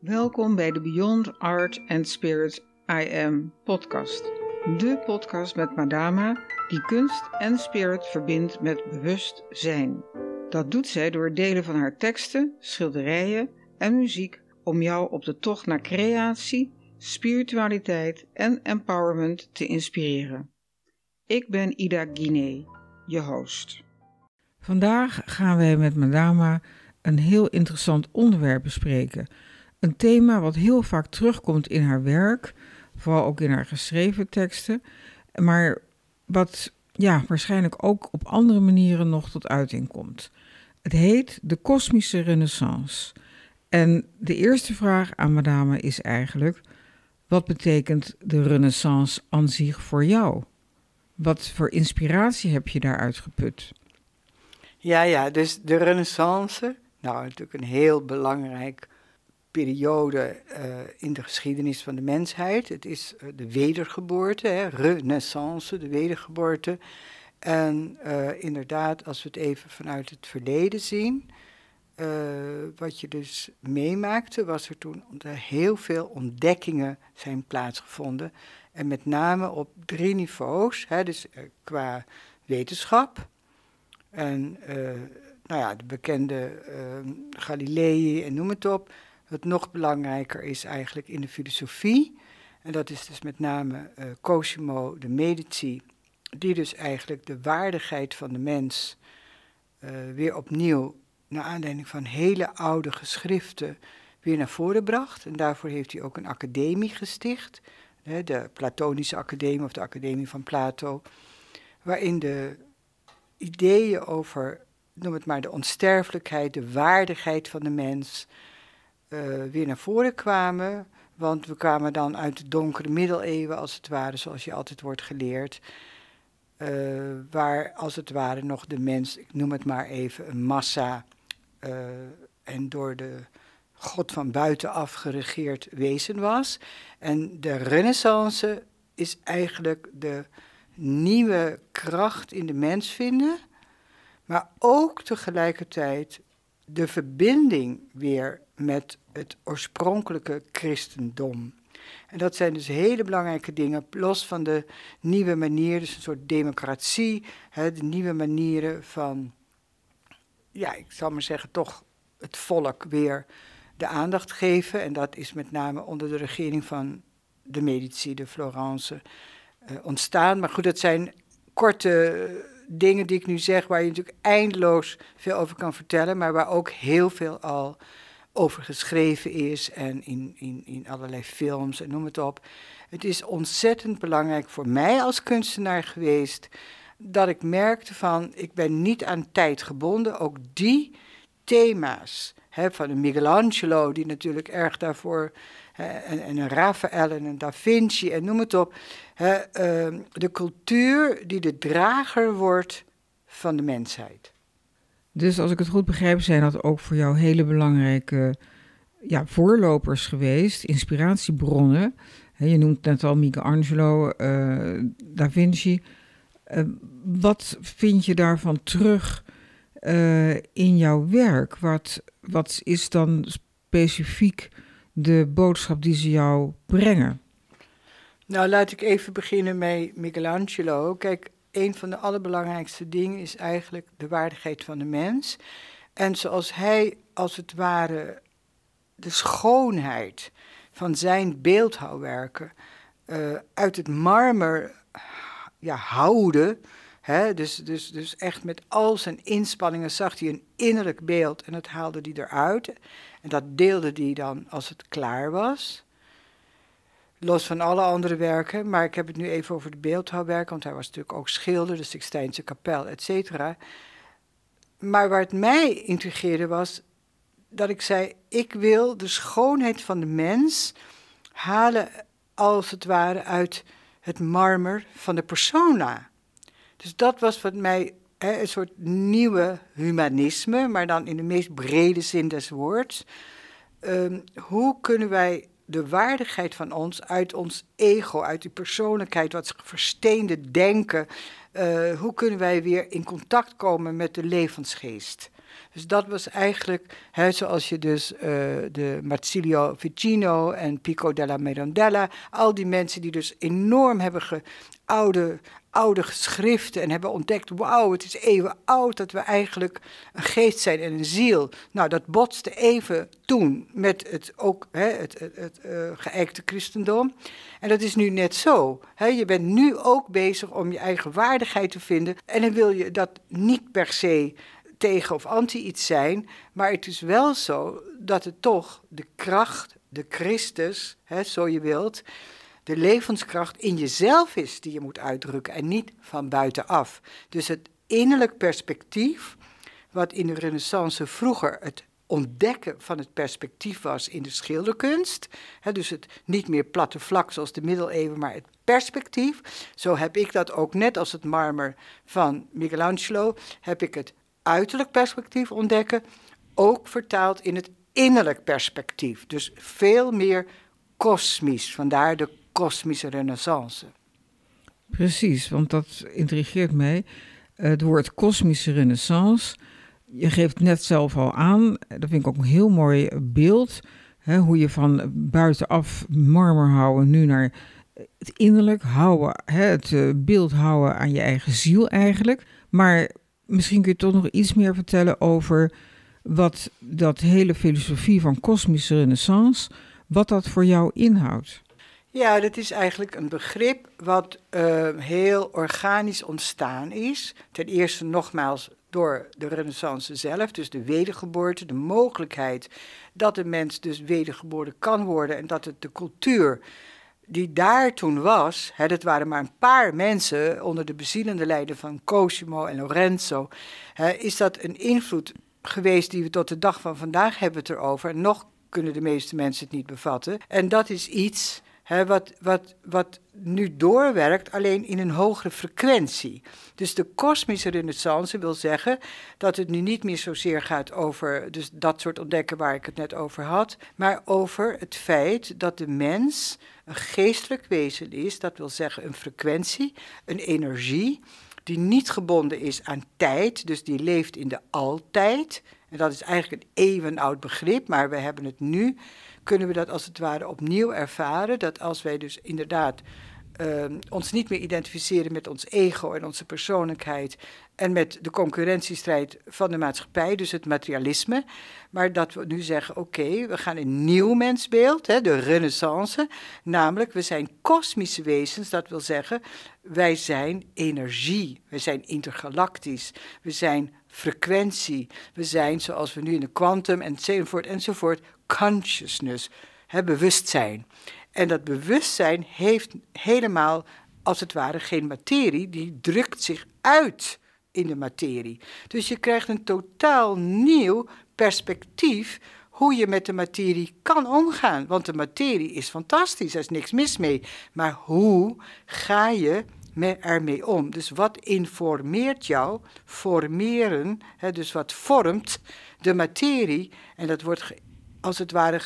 Welkom bij de Beyond Art and Spirit I Am podcast. De podcast met Madama die kunst en spirit verbindt met bewustzijn. Dat doet zij door het delen van haar teksten, schilderijen en muziek om jou op de tocht naar creatie, spiritualiteit en empowerment te inspireren. Ik ben Ida Guinée, je host. Vandaag gaan wij met Madama een heel interessant onderwerp bespreken. Een thema wat heel vaak terugkomt in haar werk, vooral ook in haar geschreven teksten, maar wat waarschijnlijk ook op andere manieren nog tot uiting komt. Het heet de kosmische renaissance. En de eerste vraag aan Madama is eigenlijk: wat betekent de renaissance aan zich voor jou? Wat voor inspiratie heb je daaruit geput? Ja, dus de renaissance, natuurlijk een heel belangrijk periode in de geschiedenis van de mensheid. Het is de wedergeboorte, renaissance, de wedergeboorte. En inderdaad, als we het even vanuit het verleden zien, wat je dus meemaakte, was er toen heel veel ontdekkingen zijn plaatsgevonden. En met name op 3 niveaus, dus qua wetenschap. En de bekende Galilei en noem het op. Wat nog belangrijker is eigenlijk in de filosofie. En dat is dus met name Cosimo de Medici, die dus eigenlijk de waardigheid van de mens weer opnieuw, naar aanleiding van hele oude geschriften, weer naar voren bracht. En daarvoor heeft hij ook een academie gesticht, de Platonische Academie of de Academie van Plato, waarin de ideeën over, noem het maar, de onsterfelijkheid, de waardigheid van de mens weer naar voren kwamen. Want we kwamen dan uit de donkere middeleeuwen, als het ware, zoals je altijd wordt geleerd, waar als het ware nog de mens, ik noem het maar even, een massa en door de God van buitenaf geregeerd wezen was. En de renaissance is eigenlijk de nieuwe kracht in de mens vinden, maar ook tegelijkertijd de verbinding weer met het oorspronkelijke christendom. En dat zijn dus hele belangrijke dingen, los van de nieuwe manier, dus een soort democratie, de nieuwe manieren van, ik zal maar zeggen, toch het volk weer de aandacht geven. En dat is met name onder de regering van de Medici, de Florence, ontstaan. Maar goed, dat zijn korte dingen die ik nu zeg, waar je natuurlijk eindeloos veel over kan vertellen, maar waar ook heel veel al over geschreven is en in allerlei films en noem het op. Het is ontzettend belangrijk voor mij als kunstenaar geweest dat ik merkte van, ik ben niet aan tijd gebonden. Ook die thema's van een Michelangelo, die natuurlijk erg daarvoor, en een Raphaël en een Da Vinci en noem het op. De cultuur die de drager wordt van de mensheid. Dus als ik het goed begrijp, zijn dat ook voor jou hele belangrijke voorlopers geweest, inspiratiebronnen. Je noemt net al Michelangelo, Da Vinci. Wat vind je daarvan terug in jouw werk? Wat is dan specifiek de boodschap die ze jou brengen? Nou, laat ik even beginnen met Michelangelo. Kijk, een van de allerbelangrijkste dingen is eigenlijk de waardigheid van de mens. En zoals hij, als het ware, de schoonheid van zijn beeldhouwwerken uit het marmer houden. Dus echt met al zijn inspanningen zag hij een innerlijk beeld en dat haalde hij eruit. En dat deelde hij dan als het klaar was. Los van alle andere werken, maar ik heb het nu even over de beeldhouwwerken, want hij was natuurlijk ook schilder, de Sixtijnse kapel, et cetera. Maar waar het mij intrigeerde was dat ik zei, ik wil de schoonheid van de mens halen als het ware uit het marmer van de persona. Dus dat was wat mij een soort nieuwe humanisme, maar dan in de meest brede zin des woords. Hoe kunnen wij de waardigheid van ons uit ons ego, uit die persoonlijkheid, wat versteende denken, hoe kunnen wij weer in contact komen met de levensgeest? Dus dat was eigenlijk, zoals je dus de Marsilio Ficino en Pico della Mirandella, al die mensen die dus enorm hebben oude geschriften en hebben ontdekt, wauw, het is even oud dat we eigenlijk een geest zijn en een ziel. Nou, dat botste even toen met het geëikte christendom. En dat is nu net zo. Je bent nu ook bezig om je eigen waardigheid te vinden. En dan wil je dat niet per se tegen of anti iets zijn, maar het is wel zo dat het toch de kracht, de Christus, zo je wilt, de levenskracht in jezelf is die je moet uitdrukken en niet van buitenaf. Dus het innerlijk perspectief, wat in de Renaissance vroeger het ontdekken van het perspectief was in de schilderkunst, dus het niet meer platte vlak zoals de middeleeuwen, maar het perspectief. Zo heb ik dat ook, net als het marmer van Michelangelo, heb ik het uiterlijk perspectief ontdekken, ook vertaald in het innerlijk perspectief. Dus veel meer kosmisch, vandaar de kosmische renaissance. Precies, want dat intrigeert mij. Het woord kosmische renaissance, je geeft net zelf al aan, dat vind ik ook een heel mooi beeld, hoe je van buitenaf marmer houden nu naar het innerlijk houden, het beeld houden aan je eigen ziel eigenlijk. Maar misschien kun je toch nog iets meer vertellen over wat dat hele filosofie van kosmische renaissance, wat dat voor jou inhoudt. Ja, dat is eigenlijk een begrip wat heel organisch ontstaan is. Ten eerste nogmaals door de Renaissance zelf, dus de wedergeboorte, de mogelijkheid dat de mens dus wedergeboren kan worden en dat het de cultuur die daar toen was, dat waren maar een paar mensen onder de bezielende leiding van Cosimo en Lorenzo, is dat een invloed geweest die we tot de dag van vandaag hebben het erover. En nog kunnen de meeste mensen het niet bevatten. En dat is iets wat nu doorwerkt, alleen in een hogere frequentie. Dus de kosmische renaissance wil zeggen dat het nu niet meer zozeer gaat over dus dat soort ontdekken waar ik het net over had, maar over het feit dat de mens een geestelijk wezen is, dat wil zeggen een frequentie, een energie, die niet gebonden is aan tijd, dus die leeft in de altijd. En dat is eigenlijk een eeuwenoud begrip, maar we hebben het nu, kunnen we dat als het ware opnieuw ervaren, dat als wij dus inderdaad ons niet meer identificeren met ons ego en onze persoonlijkheid en met de concurrentiestrijd van de maatschappij, dus het materialisme, maar dat we nu zeggen, oké, we gaan een nieuw mensbeeld, de renaissance, namelijk we zijn kosmische wezens, dat wil zeggen, wij zijn energie, we zijn intergalactisch, we zijn frequentie, we zijn, zoals we nu in de quantum enzovoort, consciousness, bewustzijn. En dat bewustzijn heeft helemaal, als het ware, geen materie, die drukt zich uit in de materie. Dus je krijgt een totaal nieuw perspectief hoe je met de materie kan omgaan. Want de materie is fantastisch, er is niks mis mee. Maar hoe ga je ermee om? Dus wat informeert jou? Formeren, dus wat vormt de materie? En dat wordt als het ware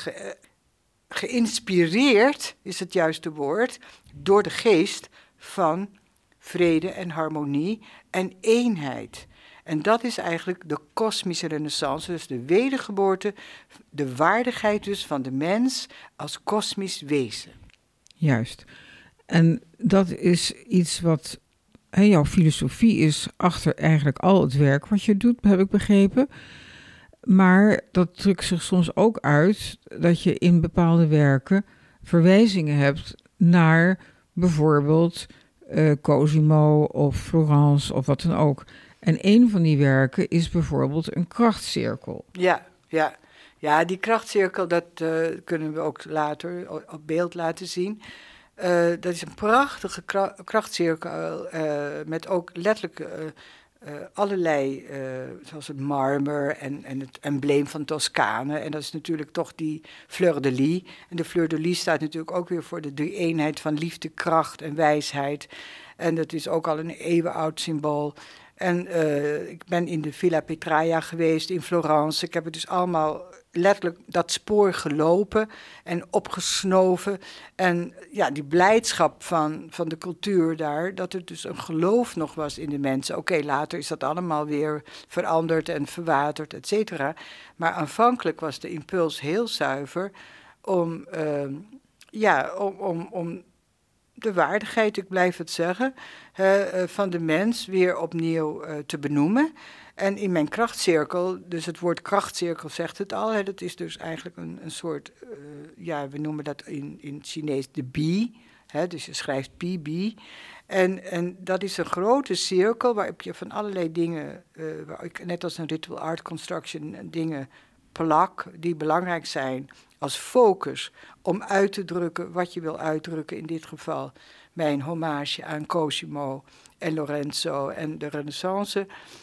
geïnspireerd, is het juiste woord, door de geest van vrede en harmonie en eenheid. En dat is eigenlijk de kosmische renaissance, dus de wedergeboorte, de waardigheid dus van de mens als kosmisch wezen. Juist. En dat is iets wat, jouw filosofie is achter eigenlijk al het werk wat je doet, heb ik begrepen. Maar dat drukt zich soms ook uit dat je in bepaalde werken verwijzingen hebt naar bijvoorbeeld Cosimo of Florence of wat dan ook. En een van die werken is bijvoorbeeld een krachtcirkel. Ja, die krachtcirkel, dat kunnen we ook later op beeld laten zien. Dat is een prachtige krachtcirkel met ook letterlijk allerlei, zoals het marmer en het embleem van Toscane. En dat is natuurlijk toch die fleur de lis. En de fleur de lis staat natuurlijk ook weer voor de drie-eenheid van liefde, kracht en wijsheid. En dat is ook al een eeuwenoud symbool. En ik ben in de Villa Petraia geweest in Florence. Ik heb het dus allemaal letterlijk dat spoor gelopen en opgesnoven. En ja, die blijdschap van de cultuur daar, dat er dus een geloof nog was in de mensen. Oké, later is dat allemaal weer veranderd en verwaterd, et cetera. Maar aanvankelijk was de impuls heel zuiver om de waardigheid, ik blijf het zeggen, van de mens weer opnieuw te benoemen. En in mijn krachtcirkel, dus het woord krachtcirkel zegt het al, dat is dus eigenlijk een soort, we noemen dat in het Chinees de bi, dus je schrijft pi-bi. En dat is een grote cirkel waarop je van allerlei dingen, waar ik net als een ritual art construction dingen plak die belangrijk zijn als focus om uit te drukken wat je wil uitdrukken. In dit geval mijn hommage aan Cosimo en Lorenzo en de Renaissance.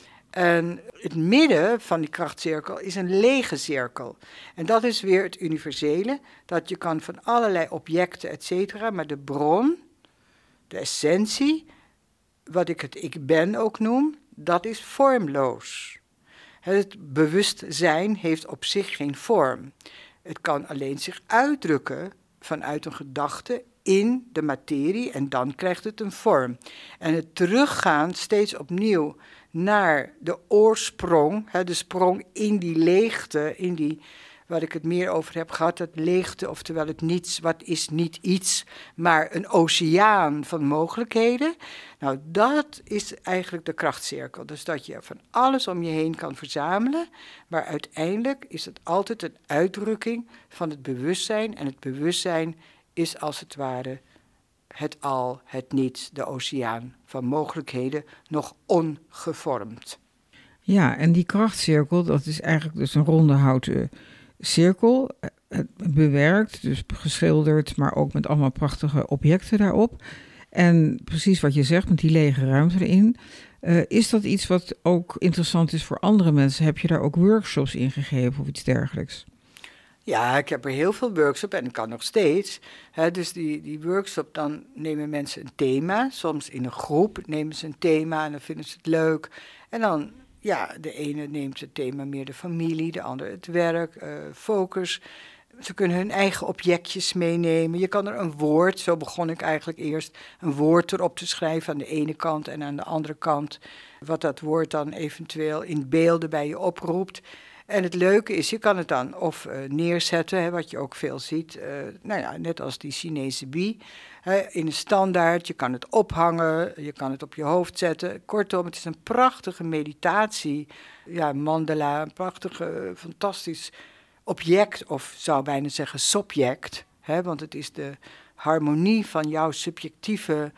En het midden van die krachtcirkel is een lege cirkel. En dat is weer het universele, dat je kan van allerlei objecten, et cetera, maar de bron, de essentie, wat ik het ik ben ook noem, dat is vormloos. Het bewustzijn heeft op zich geen vorm. Het kan alleen zich uitdrukken vanuit een gedachte in de materie en dan krijgt het een vorm. En het teruggaan steeds opnieuw naar de oorsprong, de sprong in die leegte, in die, waar ik het meer over heb gehad, het leegte, oftewel het niets, wat is niet iets, maar een oceaan van mogelijkheden. Nou, dat is eigenlijk de krachtcirkel. Dus dat je van alles om je heen kan verzamelen, maar uiteindelijk is het altijd een uitdrukking van het bewustzijn. En het bewustzijn is als het ware het al, het niets, de oceaan van mogelijkheden, nog ongevormd. Ja, en die krachtcirkel, dat is eigenlijk dus een ronde houten cirkel, bewerkt, dus geschilderd, maar ook met allemaal prachtige objecten daarop. En precies wat je zegt, met die lege ruimte erin. Is dat iets wat ook interessant is voor andere mensen? Heb je daar ook workshops in gegeven of iets dergelijks? Ja, ik heb er heel veel workshops en ik kan nog steeds. Dus die workshop, dan nemen mensen een thema. Soms in een groep nemen ze een thema en dan vinden ze het leuk. En dan, de ene neemt het thema meer de familie, de ander het werk, focus. Ze kunnen hun eigen objectjes meenemen. Je kan er een woord, zo begon ik eigenlijk eerst, een woord erop te schrijven aan de ene kant en aan de andere kant. Wat dat woord dan eventueel in beelden bij je oproept. En het leuke is, je kan het dan of neerzetten, wat je ook veel ziet, net als die Chinese bi, in een standaard. Je kan het ophangen, je kan het op je hoofd zetten. Kortom, het is een prachtige meditatie, mandala, een prachtige, fantastisch object, of zou bijna zeggen subject, want het is de harmonie van jouw subjectieve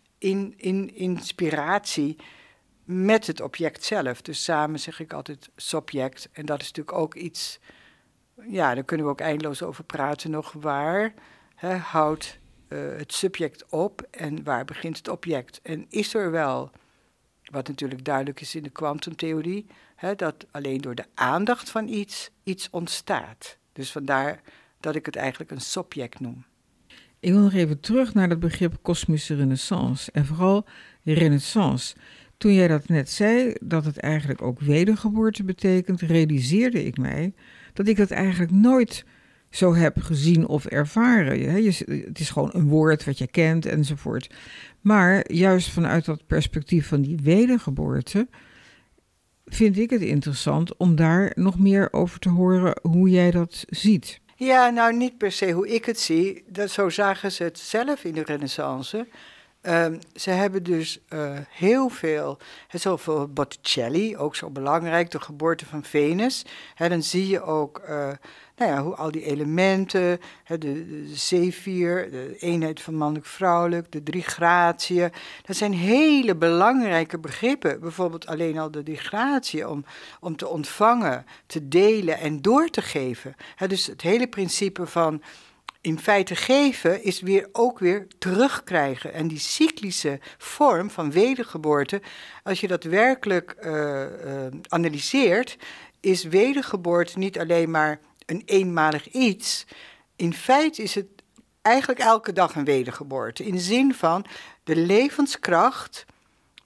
inspiratie met het object zelf. Dus samen zeg ik altijd subject. En dat is natuurlijk ook iets, daar kunnen we ook eindeloos over praten nog. Waar houdt het subject op en waar begint het object? En is er wel, wat natuurlijk duidelijk is in de kwantumtheorie, dat alleen door de aandacht van iets ontstaat. Dus vandaar dat ik het eigenlijk een subject noem. Ik wil nog even terug naar het begrip kosmische renaissance en vooral renaissance. Toen jij dat net zei, dat het eigenlijk ook wedergeboorte betekent, realiseerde ik mij dat ik dat eigenlijk nooit zo heb gezien of ervaren. Het is gewoon een woord wat je kent enzovoort. Maar juist vanuit dat perspectief van die wedergeboorte vind ik het interessant om daar nog meer over te horen hoe jij dat ziet. Ja, nou niet per se hoe ik het zie. Zo zagen ze het zelf in de Renaissance. Ze hebben dus heel veel, zoveel Botticelli, ook zo belangrijk, de geboorte van Venus. Dan zie je ook hoe al die elementen, de zeevier, de eenheid van mannelijk-vrouwelijk, de drie gratieën. Dat zijn hele belangrijke begrippen. Bijvoorbeeld alleen al de drie gratieën om te ontvangen, te delen en door te geven. Dus het hele principe van in feite geven is ook weer terugkrijgen. En die cyclische vorm van wedergeboorte, als je dat werkelijk analyseert, is wedergeboorte niet alleen maar een eenmalig iets. In feite is het eigenlijk elke dag een wedergeboorte. In de zin van de levenskracht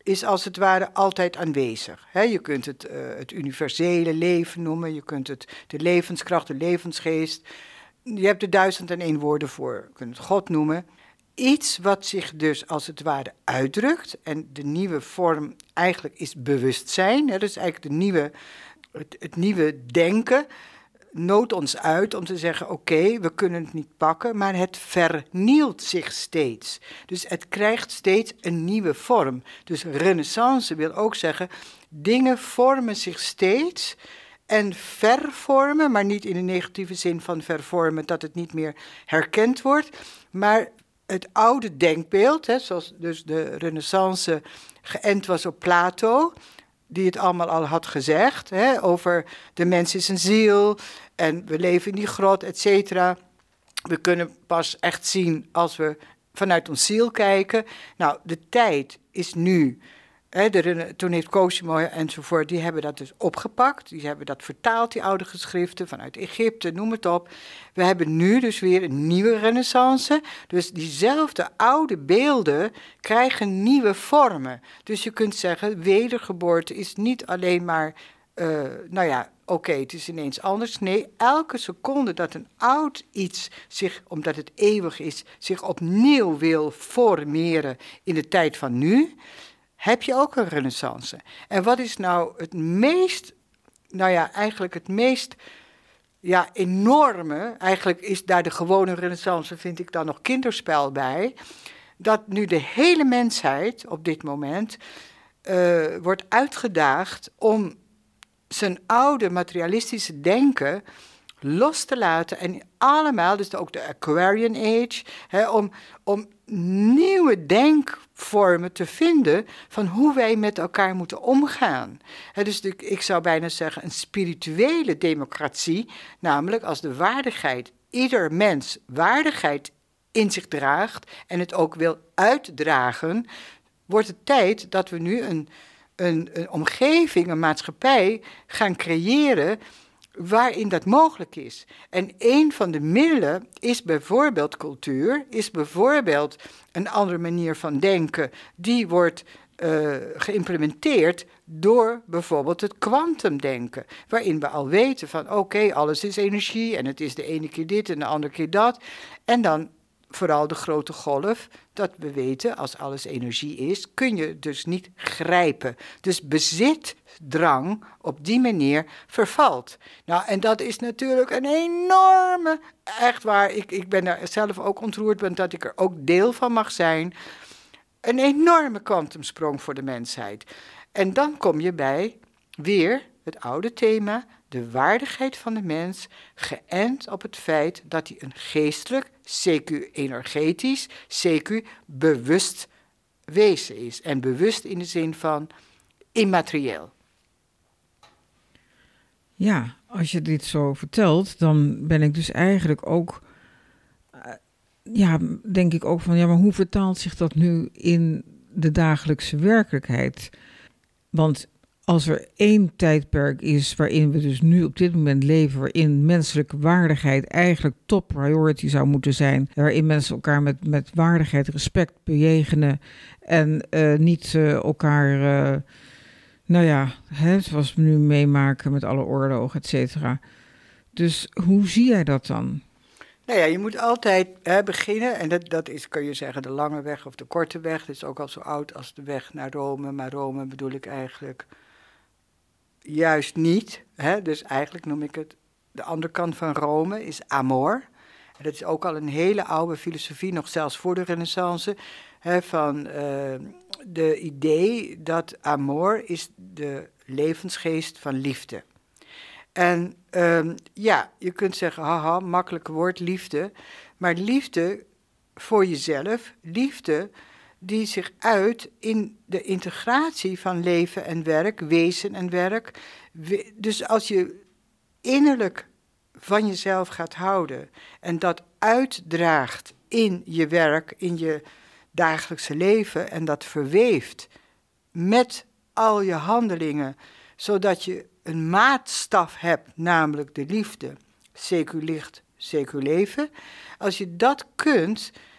is als het ware altijd aanwezig. Je kunt het universele leven noemen, je kunt het de levenskracht, de levensgeest. Je hebt er 1001 woorden voor, je kunt het God noemen. Iets wat zich dus als het ware uitdrukt. En de nieuwe vorm eigenlijk is bewustzijn. Dat is eigenlijk het nieuwe denken. Nood ons uit om te zeggen, oké, we kunnen het niet pakken, maar het vernielt zich steeds. Dus het krijgt steeds een nieuwe vorm. Dus renaissance wil ook zeggen, dingen vormen zich steeds en vervormen, maar niet in de negatieve zin van vervormen, dat het niet meer herkend wordt, maar het oude denkbeeld, zoals dus de renaissance geënt was op Plato, die het allemaal al had gezegd, over de mens is een ziel en we leven in die grot, et cetera. We kunnen pas echt zien als we vanuit ons ziel kijken. Nou, de tijd is nu. Toen heeft Cosimo enzovoort, die hebben dat dus opgepakt. Die hebben dat vertaald, die oude geschriften, vanuit Egypte, noem het op. We hebben nu dus weer een nieuwe renaissance. Dus diezelfde oude beelden krijgen nieuwe vormen. Dus je kunt zeggen, wedergeboorte is niet alleen maar, oké, het is ineens anders. Nee, elke seconde dat een oud iets zich, omdat het eeuwig is, zich opnieuw wil formeren in de tijd van nu, heb je ook een renaissance. En wat is nou het meest, enorme, eigenlijk is daar de gewone renaissance, vind ik dan nog kinderspel bij, dat nu de hele mensheid op dit moment wordt uitgedaagd om zijn oude materialistische denken los te laten en allemaal, dus ook de Aquarian Age, om nieuwe denkvormen te vinden van hoe wij met elkaar moeten omgaan. Dus ik zou bijna zeggen een spirituele democratie, namelijk als de waardigheid, ieder mens waardigheid in zich draagt en het ook wil uitdragen, wordt het tijd dat we nu een omgeving, een maatschappij gaan creëren waarin dat mogelijk is. En een van de middelen is bijvoorbeeld cultuur, is bijvoorbeeld een andere manier van denken, die wordt geïmplementeerd door bijvoorbeeld het kwantumdenken, waarin we al weten van oké, alles is energie en het is de ene keer dit en de andere keer dat. En dan vooral de grote golf, dat we weten, als alles energie is, kun je dus niet grijpen. Dus bezitdrang op die manier vervalt. Nou, en dat is natuurlijk een enorme, echt waar, ik ben daar zelf ook ontroerd ben dat ik er ook deel van mag zijn, een enorme kwantumsprong voor de mensheid. En dan kom je bij weer het oude thema, de waardigheid van de mens, geënt op het feit dat hij een geestelijk, CQ energetisch, CQ bewust wezen is. En bewust in de zin van immaterieel. Ja, als je dit zo vertelt, dan ben ik dus eigenlijk ook, denk ik ook van, maar hoe vertaalt zich dat nu in de dagelijkse werkelijkheid? Want als er één tijdperk is waarin we dus nu op dit moment leven, waarin menselijke waardigheid eigenlijk top priority zou moeten zijn, waarin mensen elkaar met waardigheid, respect bejegenen en niet elkaar, zoals we nu meemaken met alle oorlogen, et cetera. Dus hoe zie jij dat dan? Nou ja, je moet altijd beginnen, en dat is, kun je zeggen, de lange weg of de korte weg. Dat is ook al zo oud als de weg naar Rome, maar Rome bedoel ik eigenlijk juist niet. Dus eigenlijk noem ik het, de andere kant van Rome is amor. En dat is ook al een hele oude filosofie, nog zelfs voor de Renaissance, van de idee dat amor is de levensgeest van liefde. En je kunt zeggen, haha, makkelijk woord, liefde. Maar liefde voor jezelf, liefde die zich uit in de integratie van leven en werk, wezen en werk. Dus als je innerlijk van jezelf gaat houden en dat uitdraagt in je werk, in je dagelijkse leven en dat verweeft met al je handelingen, zodat je een maatstaf hebt, namelijk de liefde, CQ licht, CQ leven. Als je dat kunt,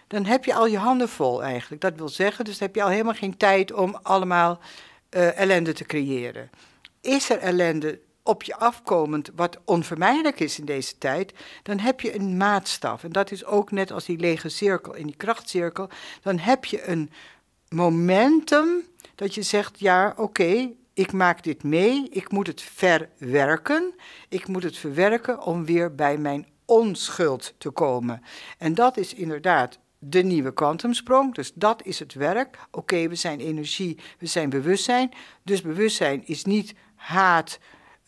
dan heb je al je handen vol eigenlijk. Dat wil zeggen, dus heb je al helemaal geen tijd om allemaal ellende te creëren. Is er ellende op je afkomend, wat onvermijdelijk is in deze tijd, dan heb je een maatstaf. En dat is ook net als die lege cirkel in die krachtcirkel. Dan heb je een momentum dat je zegt, ja, oké, ik maak dit mee, ik moet het verwerken. Ik moet het verwerken om weer bij mijn onschuld te komen. En dat is inderdaad de nieuwe kwantumsprong, dus dat is het werk. Oké, we zijn energie, we zijn bewustzijn. Dus bewustzijn is niet haat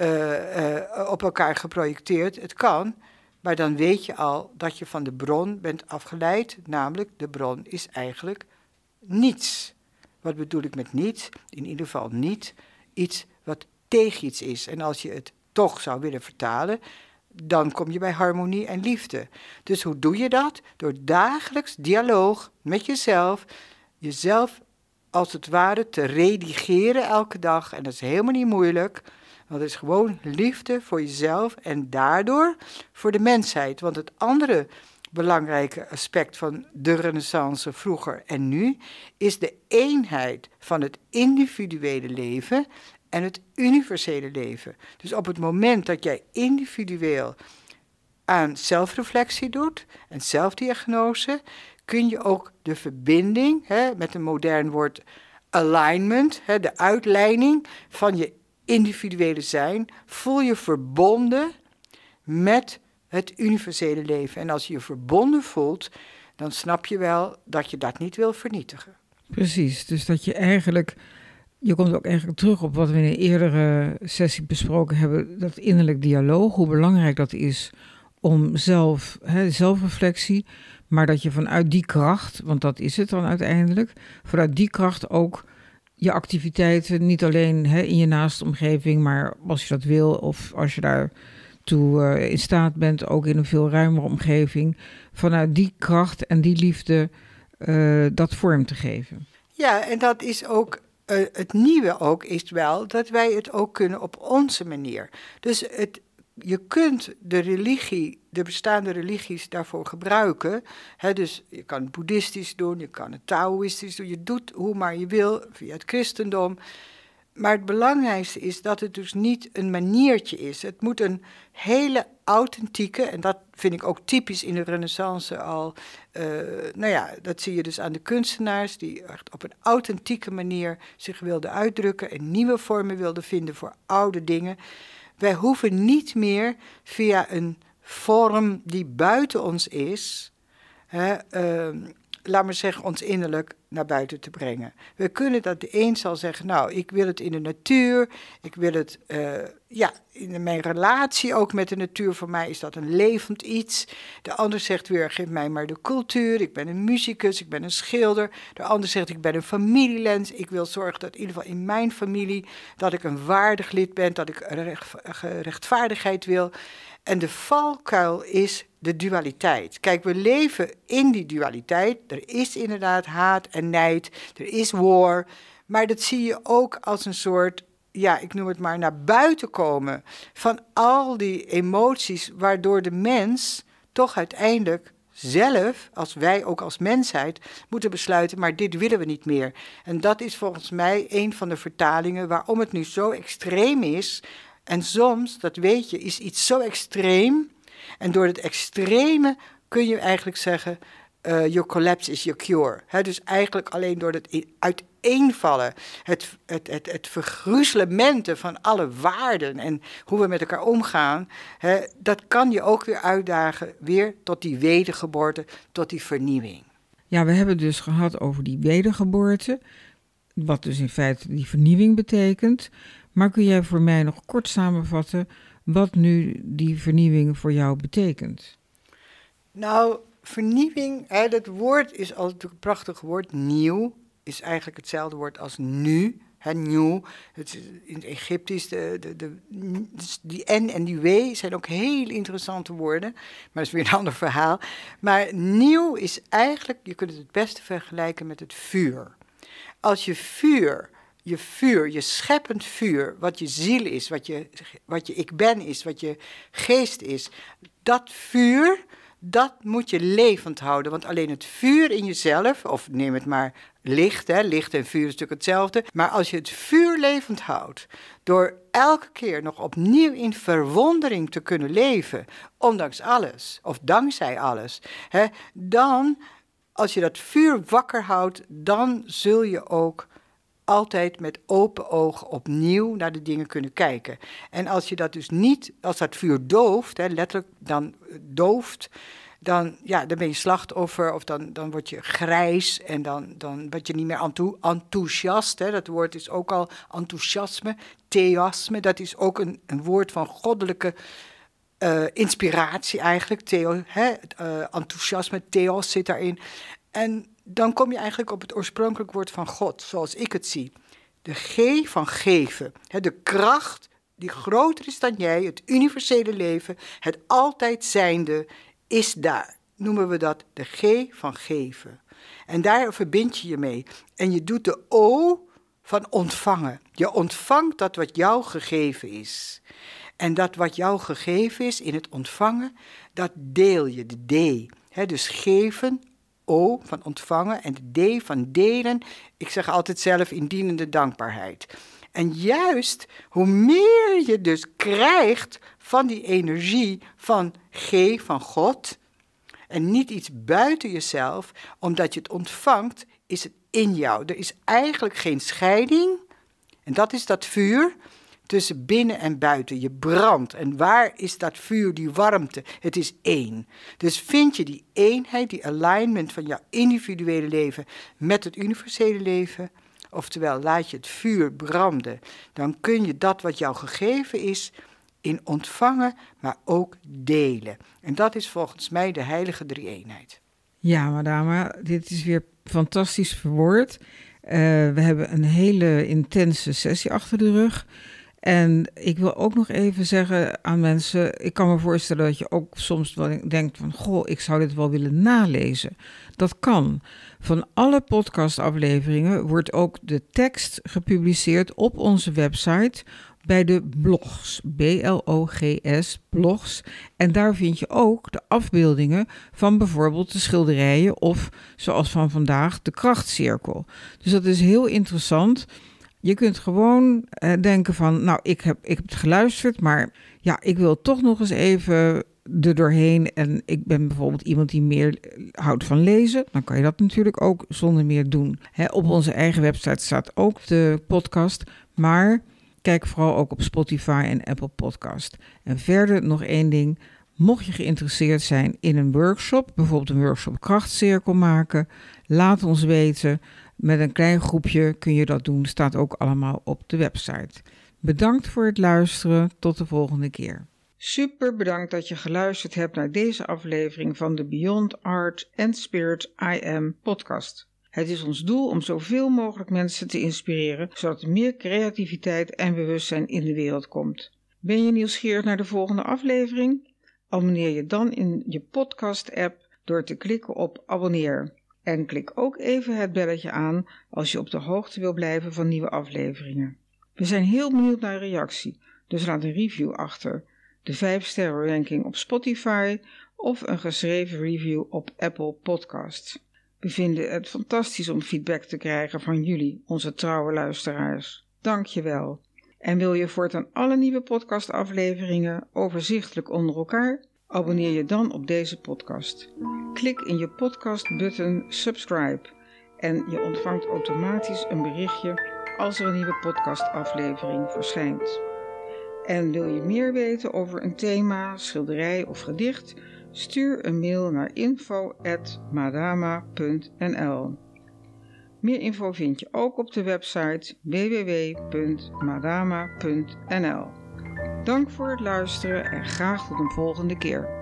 op elkaar geprojecteerd. Het kan, maar dan weet je al dat je van de bron bent afgeleid. Namelijk, de bron is eigenlijk niets. Wat bedoel ik met niets? In ieder geval niet iets wat tegen iets is. En als je het toch zou willen vertalen, dan kom je bij harmonie en liefde. Dus hoe doe je dat? Door dagelijks dialoog met jezelf, jezelf als het ware te redigeren elke dag. En dat is helemaal niet moeilijk, want het is gewoon liefde voor jezelf en daardoor voor de mensheid. Want het andere belangrijke aspect van de Renaissance vroeger en nu is de eenheid van het individuele leven en het universele leven. Dus op het moment dat jij individueel aan zelfreflectie doet en zelfdiagnose, kun je ook de verbinding, met een modern woord alignment, de uitleiding van je individuele zijn, voel je verbonden met het universele leven. En als je je verbonden voelt, dan snap je wel dat je dat niet wil vernietigen. Precies, dus dat je eigenlijk, je komt ook eigenlijk terug op wat we in een eerdere sessie besproken hebben, dat innerlijk dialoog, hoe belangrijk dat is om zelfreflectie, maar dat je vanuit die kracht, want dat is het dan uiteindelijk, vanuit die kracht ook je activiteiten, niet alleen in je naaste omgeving, maar als je dat wil of als je daartoe in staat bent, ook in een veel ruimere omgeving, vanuit die kracht en die liefde dat vorm te geven. Ja, en dat is ook het nieuwe ook, is wel dat wij het ook kunnen op onze manier. Dus je kunt de bestaande religies daarvoor gebruiken. Dus je kan het boeddhistisch doen, je kan het taoïstisch doen. Je doet hoe maar je wil, via het christendom. Maar het belangrijkste is dat het dus niet een maniertje is. Het moet een hele authentieke, en dat vind ik ook typisch in de Renaissance al. Dat zie je dus aan de kunstenaars die echt op een authentieke manier zich wilden uitdrukken en nieuwe vormen wilden vinden voor oude dingen. Wij hoeven niet meer via een vorm die buiten ons is, laat maar zeggen, ons innerlijk naar buiten te brengen. We kunnen dat, de een zal zeggen, nou, ik wil het in de natuur, ik wil het, in mijn relatie ook met de natuur, voor mij is dat een levend iets. De ander zegt weer, geef mij maar de cultuur, ik ben een muzikus, ik ben een schilder. De ander zegt, ik ben een familielens, ik wil zorgen dat in ieder geval in mijn familie, dat ik een waardig lid ben, dat ik rechtvaardigheid wil. En de valkuil is de dualiteit. Kijk, we leven in die dualiteit. Er is inderdaad haat en nijd. Er is war. Maar dat zie je ook als een soort, ik noem het maar, naar buiten komen van al die emoties, waardoor de mens toch uiteindelijk zelf, als wij ook als mensheid, moeten besluiten, maar dit willen we niet meer. En dat is volgens mij een van de vertalingen waarom het nu zo extreem is. En soms, dat weet je, is iets zo extreem. En door het extreme kun je eigenlijk zeggen, your collapse is your cure. Dus eigenlijk alleen door het uiteenvallen, het vergruzelementen van alle waarden en hoe we met elkaar omgaan, dat kan je ook weer uitdagen, weer tot die wedergeboorte, tot die vernieuwing. Ja, we hebben het dus gehad over die wedergeboorte, wat dus in feite die vernieuwing betekent. Maar kun jij voor mij nog kort samenvatten wat nu die vernieuwing voor jou betekent? Nou, vernieuwing, dat woord is altijd een prachtig woord. Nieuw is eigenlijk hetzelfde woord als nu. Nieuw, in het Egyptisch, die N en die W zijn ook heel interessante woorden. Maar dat is weer een ander verhaal. Maar nieuw is eigenlijk, je kunt het beste vergelijken met het vuur. Als je vuur, je scheppend vuur, wat je ziel is, wat je ik ben is, wat je geest is, dat vuur, Dat moet je levend houden, want alleen het vuur in jezelf, of neem het maar licht, licht en vuur is natuurlijk hetzelfde. Maar als je het vuur levend houdt, door elke keer nog opnieuw in verwondering te kunnen leven, ondanks alles, of dankzij alles, dan, als je dat vuur wakker houdt, dan zul je ook altijd met open ogen opnieuw naar de dingen kunnen kijken. En als je dat dus niet, als dat vuur dooft, letterlijk dan dooft, dan ben je slachtoffer of dan word je grijs en dan word je niet meer enthousiast. Dat woord is ook al enthousiasme, theasme, dat is ook een woord van goddelijke inspiratie eigenlijk. Enthousiasme, theos zit daarin. En dan kom je eigenlijk op het oorspronkelijk woord van God, zoals ik het zie. De G van geven, de kracht die groter is dan jij, het universele leven, het altijd zijnde, is daar. Noemen we dat de G van geven. En daar verbind je je mee. En je doet de O van ontvangen. Je ontvangt dat wat jou gegeven is. En dat wat jou gegeven is in het ontvangen, dat deel je, de D. Dus geven, O van ontvangen en de D van delen. Ik zeg altijd zelf indienende dankbaarheid. En juist hoe meer je dus krijgt van die energie van G van God, en niet iets buiten jezelf, omdat je het ontvangt, is het in jou. Er is eigenlijk geen scheiding, en dat is dat vuur, tussen binnen en buiten. Je brandt. En waar is dat vuur, die warmte? Het is één. Dus vind je die eenheid, die alignment van jouw individuele leven met het universele leven, oftewel laat je het vuur branden, dan kun je dat wat jou gegeven is in ontvangen, maar ook delen. En dat is volgens mij de heilige drie-eenheid. Ja, madame, dit is weer fantastisch verwoord. We hebben een hele intense sessie achter de rug. En ik wil ook nog even zeggen aan mensen, ik kan me voorstellen dat je ook soms wel denkt van, goh, ik zou dit wel willen nalezen. Dat kan. Van alle podcastafleveringen wordt ook de tekst gepubliceerd op onze website bij de blogs, BLOGS, blogs. En daar vind je ook de afbeeldingen van bijvoorbeeld de schilderijen of, zoals van vandaag, de krachtcirkel. Dus dat is heel interessant. Je kunt gewoon denken van, nou, ik heb het geluisterd, maar ja, ik wil toch nog eens even er doorheen. En ik ben bijvoorbeeld iemand die meer houdt van lezen. Dan kan je dat natuurlijk ook zonder meer doen. Op onze eigen website staat ook de podcast, maar kijk vooral ook op Spotify en Apple Podcast. En verder nog één ding. Mocht je geïnteresseerd zijn in een workshop, bijvoorbeeld een workshop krachtcirkel maken, laat ons weten. Met een klein groepje kun je dat doen, staat ook allemaal op de website. Bedankt voor het luisteren, tot de volgende keer. Super bedankt dat je geluisterd hebt naar deze aflevering van de Beyond Art and Spirit I Am podcast. Het is ons doel om zoveel mogelijk mensen te inspireren, zodat er meer creativiteit en bewustzijn in de wereld komt. Ben je nieuwsgierig naar de volgende aflevering? Abonneer je dan in je podcast-app door te klikken op abonneer. En klik ook even het belletje aan als je op de hoogte wil blijven van nieuwe afleveringen. We zijn heel benieuwd naar een reactie, dus laat een review achter. De 5-sterren ranking op Spotify of een geschreven review op Apple Podcasts. We vinden het fantastisch om feedback te krijgen van jullie, onze trouwe luisteraars. Dank je wel. En wil je voortaan alle nieuwe podcastafleveringen overzichtelijk onder elkaar? Abonneer je dan op deze podcast. Klik in je podcast-button subscribe en je ontvangt automatisch een berichtje als er een nieuwe podcastaflevering verschijnt. En wil je meer weten over een thema, schilderij of gedicht? Stuur een mail naar info@madama.nl. Meer info vind je ook op de website www.madama.nl. Dank voor het luisteren en graag tot een volgende keer.